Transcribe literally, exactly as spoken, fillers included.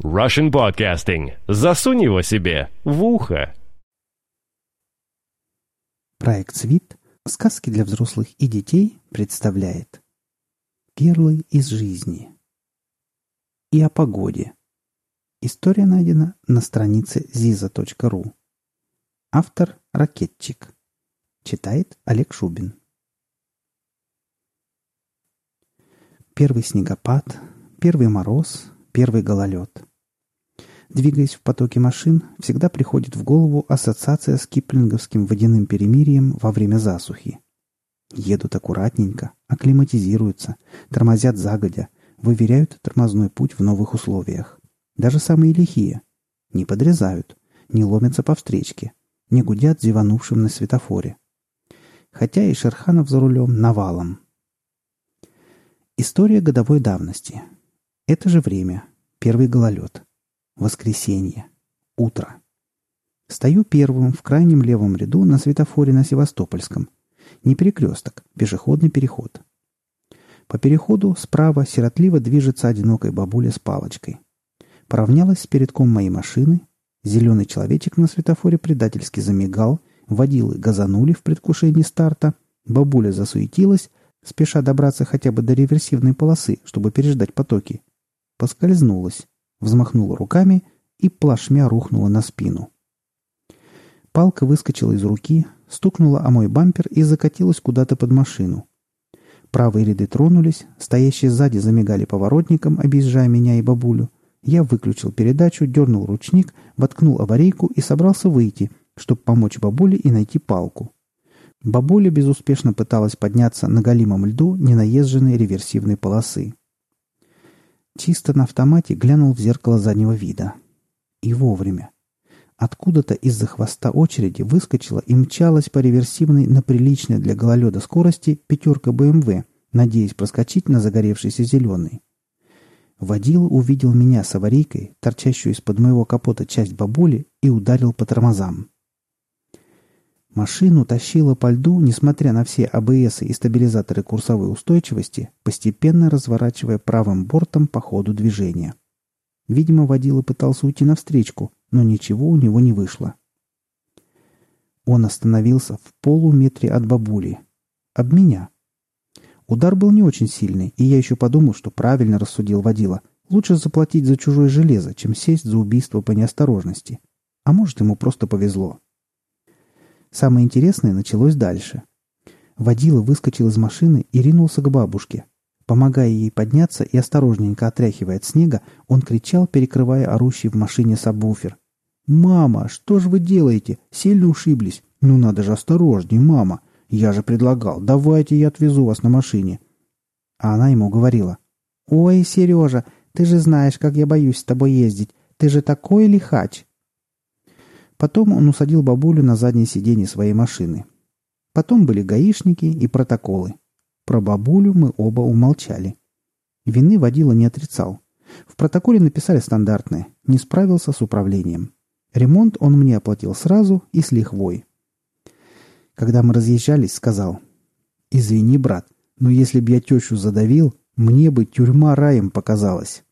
Russian Podcasting. Засунь его себе в ухо. Проект «Свит. Сказки для взрослых и детей» представляет «Перлы из жизни» и о погоде. История найдена на странице зиза точка ру. Автор Ракетчик. Читает Олег Шубин. Первый снегопад, первый мороз, первый гололед. Двигаясь в потоке машин, всегда приходит в голову ассоциация с киплинговским водяным перемирием во время засухи. Едут аккуратненько, акклиматизируются, тормозят загодя, выверяют тормозной путь в новых условиях. Даже самые лихие. Не подрезают, не ломятся по встречке, не гудят зеванувшим на светофоре. Хотя и Шерханов за рулем навалом. История годовой давности. Это же время. Первый гололед. Воскресенье. Утро. Стою первым в крайнем левом ряду на светофоре на Севастопольском. Не перекресток, пешеходный переход. По переходу справа сиротливо движется одинокая бабуля с палочкой. Поравнялась с передком моей машины. Зеленый человечек на светофоре предательски замигал. Водилы газанули в предвкушении старта. Бабуля засуетилась, спеша добраться хотя бы до реверсивной полосы, чтобы переждать потоки. Поскользнулась, взмахнула руками и плашмя рухнула на спину. Палка выскочила из руки, стукнула о мой бампер и закатилась куда-то под машину. Правые ряды тронулись, стоящие сзади замигали поворотником, объезжая меня и бабулю. Я выключил передачу, дернул ручник, воткнул аварийку и собрался выйти, чтобы помочь бабуле и найти палку. Бабуля безуспешно пыталась подняться на голимом льду ненаезженной реверсивной полосы. Чисто на автомате глянул в зеркало заднего вида. И вовремя. Откуда-то из-за хвоста очереди выскочила и мчалась по реверсивной на приличной для гололеда скорости пятерка бэ эм вэ, надеясь проскочить на загоревшийся зеленый. Водила увидел меня с аварийкой, торчащую из-под моего капота часть бабули, и ударил по тормозам. Машину тащило по льду, несмотря на все а бэ эсы и стабилизаторы курсовой устойчивости, постепенно разворачивая правым бортом по ходу движения. Видимо, водила пытался уйти навстречку, но ничего у него не вышло. Он остановился в полуметре от бабули. Об меня. Удар был не очень сильный, и я еще подумал, что правильно рассудил водила. Лучше заплатить за чужое железо, чем сесть за убийство по неосторожности. А может, ему просто повезло. Самое интересное началось дальше. Водила выскочил из машины и ринулся к бабушке. Помогая ей подняться и осторожненько отряхивая от снега, он кричал, перекрывая орущий в машине сабвуфер. «Мама, что же вы делаете? Сильно ушиблись? Ну надо же осторожней, мама! Я же предлагал, давайте я отвезу вас на машине!» А она ему говорила. «Ой, Сережа, ты же знаешь, как я боюсь с тобой ездить. Ты же такой лихач!» Потом он усадил бабулю на заднее сиденье своей машины. Потом были гаишники и протоколы. Про бабулю мы оба умолчали. Вины водила не отрицал. В протоколе написали стандартное. Не справился с управлением. Ремонт он мне оплатил сразу и с лихвой. Когда мы разъезжались, сказал: «Извини, брат, но если б я тещу задавил, мне бы тюрьма раем показалась».